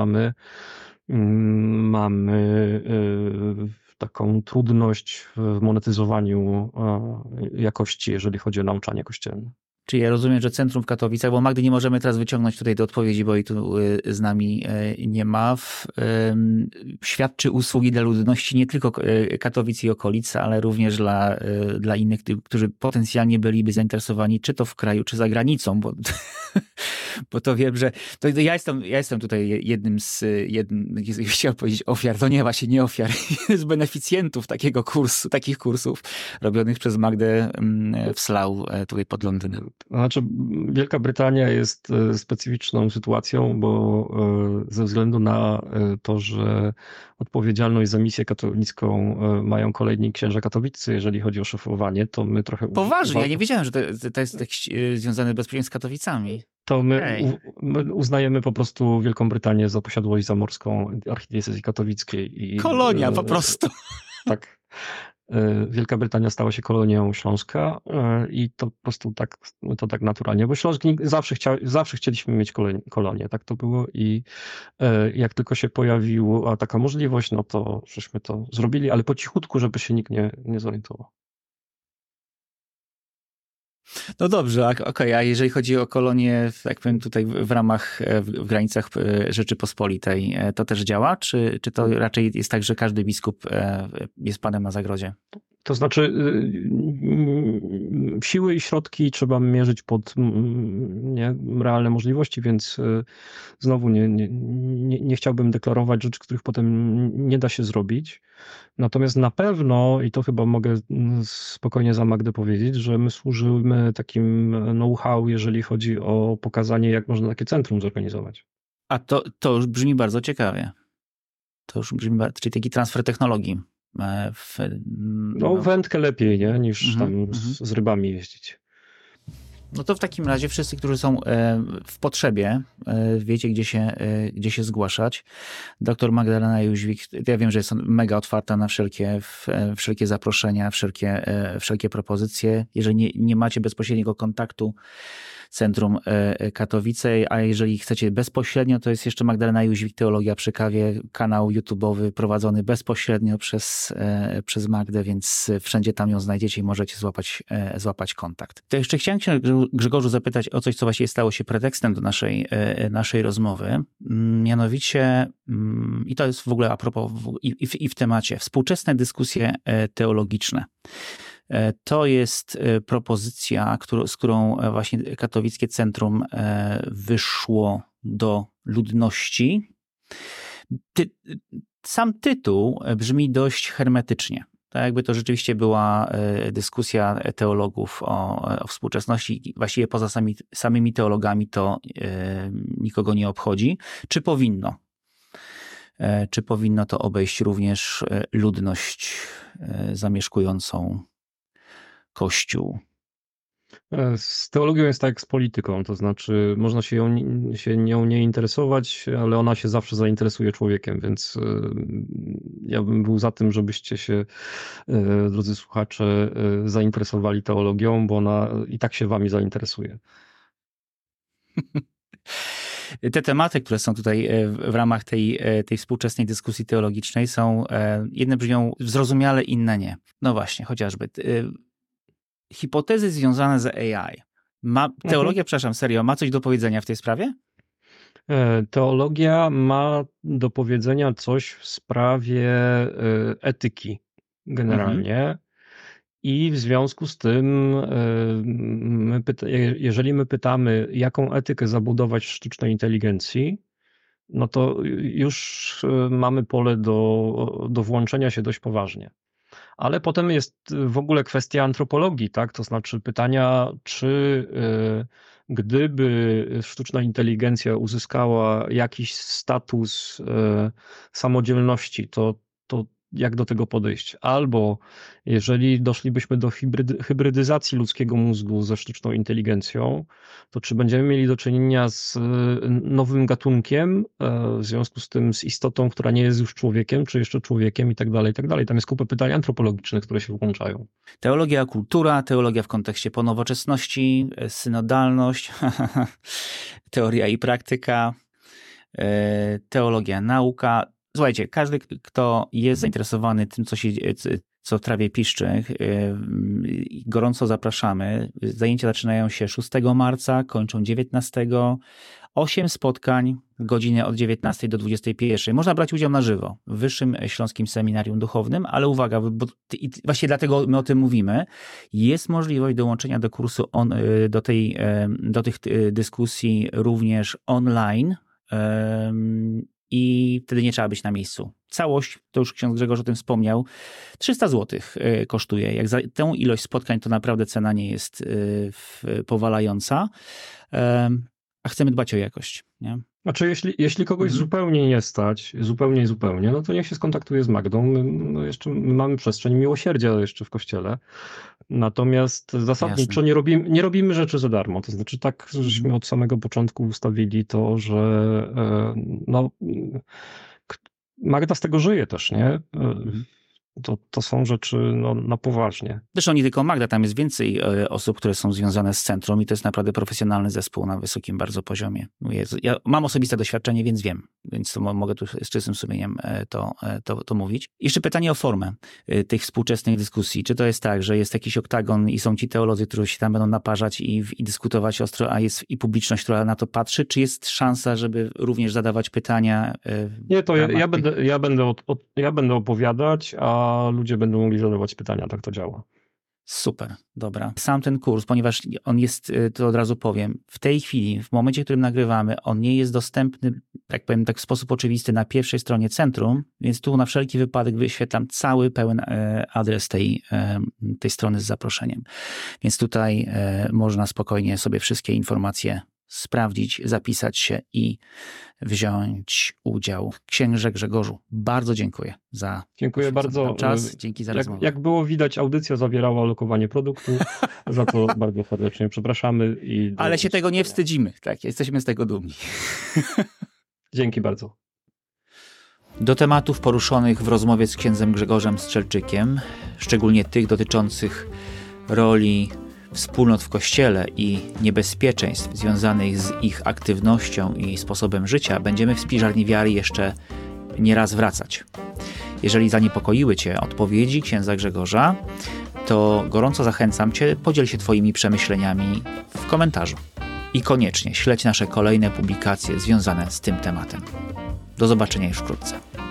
S2: mamy taką trudność w monetyzowaniu jakości, jeżeli chodzi o nauczanie kościelne.
S1: Czyli ja rozumiem, że Centrum w Katowicach, bo Magdy nie możemy teraz wyciągnąć tutaj do odpowiedzi, bo jej tu z nami nie ma, świadczy usługi dla ludności nie tylko Katowic i okolic, ale również dla innych, którzy potencjalnie byliby zainteresowani, czy to w kraju, czy za granicą, bo to wiem, że ja jestem tutaj jednym chciałem powiedzieć ofiar, to nie właśnie nie ofiar, z beneficjentów takich kursów robionych przez Magdę w Slough, tutaj pod Londynem.
S2: Znaczy, Wielka Brytania jest specyficzną sytuacją, bo ze względu na to, że odpowiedzialność za misję katolicką mają kolejni księża katowiccy, jeżeli chodzi o szefowanie, to my trochę...
S1: Poważnie, ja nie wiedziałem, że to jest związane bezpośrednio z Katowicami.
S2: To my uznajemy po prostu Wielką Brytanię za posiadłość zamorską archidiecezji katowickiej.
S1: Kolonia po prostu.
S2: Tak. Wielka Brytania stała się kolonią Śląska i to po prostu tak naturalnie, bo Śląsk zawsze chcieliśmy mieć kolonię, tak to było i jak tylko się pojawiła taka możliwość, no to żeśmy to zrobili, ale po cichutku, żeby się nikt nie zorientował.
S1: No dobrze, okej, a jeżeli chodzi o kolonię, jak powiem tutaj w granicach Rzeczypospolitej, to też działa? Czy to raczej jest tak, że każdy biskup jest panem na zagrodzie?
S2: To znaczy siły i środki trzeba mierzyć pod realne możliwości, więc znowu nie chciałbym deklarować rzeczy, których potem nie da się zrobić. Natomiast na pewno, i to chyba mogę spokojnie za Magdę powiedzieć, że my służymy takim know-how, jeżeli chodzi o pokazanie, jak można takie centrum zorganizować.
S1: A to już brzmi bardzo ciekawie. To już brzmi, czyli taki transfer technologii.
S2: Wędkę lepiej, nie? Niż tam z rybami jeździć.
S1: No to w takim razie wszyscy, którzy są w potrzebie, wiecie, gdzie się zgłaszać. Doktor Magdalena Jóźwik, ja wiem, że jest mega otwarta na wszelkie zaproszenia, wszelkie propozycje. Jeżeli nie macie bezpośredniego kontaktu Centrum Katowice, a jeżeli chcecie bezpośrednio, to jest jeszcze Magdalena Jóźwik, Teologia przy kawie, kanał YouTube'owy prowadzony bezpośrednio przez Magdę, więc wszędzie tam ją znajdziecie i możecie złapać kontakt. To jeszcze chciałem cię, Grzegorzu, zapytać o coś, co właściwie stało się pretekstem do naszej rozmowy. Mianowicie, i to jest w ogóle a propos i w temacie, współczesne dyskusje teologiczne. To jest propozycja, z którą właśnie Katowickie Centrum wyszło do ludności. Sam tytuł brzmi dość hermetycznie. Tak jakby to rzeczywiście była dyskusja teologów o współczesności. Właściwie poza samymi teologami to nikogo nie obchodzi. Czy powinno? Czy powinno to obejść również ludność zamieszkującą Kościół?
S2: Z teologią jest tak jak z polityką, to znaczy można się nią nie interesować, ale ona się zawsze zainteresuje człowiekiem, więc ja bym był za tym, żebyście się, drodzy słuchacze, zainteresowali teologią, bo ona i tak się wami zainteresuje.
S1: Te tematy, które są tutaj w ramach tej współczesnej dyskusji teologicznej są, jedne brzmią zrozumiale, inne nie. No właśnie, chociażby hipotezy związane z AI. Teologia, przepraszam, serio, ma coś do powiedzenia w tej sprawie?
S2: Teologia ma do powiedzenia coś w sprawie etyki generalnie. I w związku z tym, jeżeli my pytamy, jaką etykę zabudować w sztucznej inteligencji, no to już mamy pole do włączenia się dość poważnie. Ale potem jest w ogóle kwestia antropologii, tak? To znaczy pytania, czy gdyby sztuczna inteligencja uzyskała jakiś status samodzielności, to jak do tego podejść? Albo jeżeli doszlibyśmy do hybrydyzacji ludzkiego mózgu ze sztuczną inteligencją, to czy będziemy mieli do czynienia z nowym gatunkiem, w związku z tym z istotą, która nie jest już człowiekiem, czy jeszcze człowiekiem i tak dalej, i tak dalej. Tam jest kupę pytań antropologicznych, które się włączają.
S1: Teologia, kultura, teologia w kontekście ponowoczesności, synodalność, teoria i praktyka, teologia, nauka. Słuchajcie, każdy, kto jest zainteresowany tym, co w trawie piszczy, gorąco zapraszamy. Zajęcia zaczynają się 6 marca, kończą 19. 8 spotkań, godziny od 19 do 21. Można brać udział na żywo w Wyższym Śląskim Seminarium Duchownym, ale uwaga, bo właśnie dlatego my o tym mówimy, jest możliwość dołączenia do kursu, do tych dyskusji również online, i wtedy nie trzeba być na miejscu. Całość, to już ksiądz Grzegorz o tym wspomniał, 300 zł kosztuje. Jak za tę ilość spotkań, to naprawdę cena nie jest powalająca, a chcemy dbać o jakość. Nie?
S2: Znaczy, jeśli kogoś zupełnie nie stać, zupełnie, no to niech się skontaktuje z Magdą. My mamy przestrzeń miłosierdzia jeszcze w kościele. Natomiast zasadniczo nie robimy rzeczy za darmo. To znaczy tak, żeśmy od samego początku ustawili to, że Magda z tego żyje też, nie? To są rzeczy na poważnie.
S1: Zresztą nie tylko Magda, tam jest więcej osób, które są związane z centrum i to jest naprawdę profesjonalny zespół na wysokim bardzo poziomie. Ja mam osobiste doświadczenie, więc wiem, więc to mogę tu z czystym sumieniem to mówić. Jeszcze pytanie o formę tych współczesnych dyskusji. Czy to jest tak, że jest jakiś oktagon i są ci teolodzy, którzy się tam będą naparzać i dyskutować ostro, a jest i publiczność, która na to patrzy? Czy jest szansa, żeby również zadawać pytania?
S2: Nie, to ja będę opowiadać, a a ludzie będą mogli zadawać pytania, tak to działa.
S1: Super, dobra. Sam ten kurs, ponieważ on jest, to od razu powiem, w tej chwili, w momencie, w którym nagrywamy, on nie jest dostępny, jak powiem, tak w sposób oczywisty na pierwszej stronie centrum, więc tu na wszelki wypadek wyświetlam cały pełen adres tej strony z zaproszeniem. Więc tutaj można spokojnie sobie wszystkie informacje sprawdzić, zapisać się i wziąć udział. Księże Grzegorzu, bardzo dziękuję za
S2: Dziękuję bardzo.
S1: czas. Dzięki za rozmowę.
S2: Jak było widać, audycja zawierała lokowanie produktu, za to bardzo serdecznie przepraszamy.
S1: Ale się tego nie wstydzimy. Tak, jesteśmy z tego dumni.
S2: Dzięki bardzo.
S1: Do tematów poruszonych w rozmowie z księdzem Grzegorzem Strzelczykiem, szczególnie tych dotyczących roli wspólnot w Kościele i niebezpieczeństw związanych z ich aktywnością i sposobem życia, będziemy w Spiżarni Wiary jeszcze nie raz wracać. Jeżeli zaniepokoiły Cię odpowiedzi księdza Grzegorza, to gorąco zachęcam Cię, podziel się Twoimi przemyśleniami w komentarzu. I koniecznie śledź nasze kolejne publikacje związane z tym tematem. Do zobaczenia już wkrótce.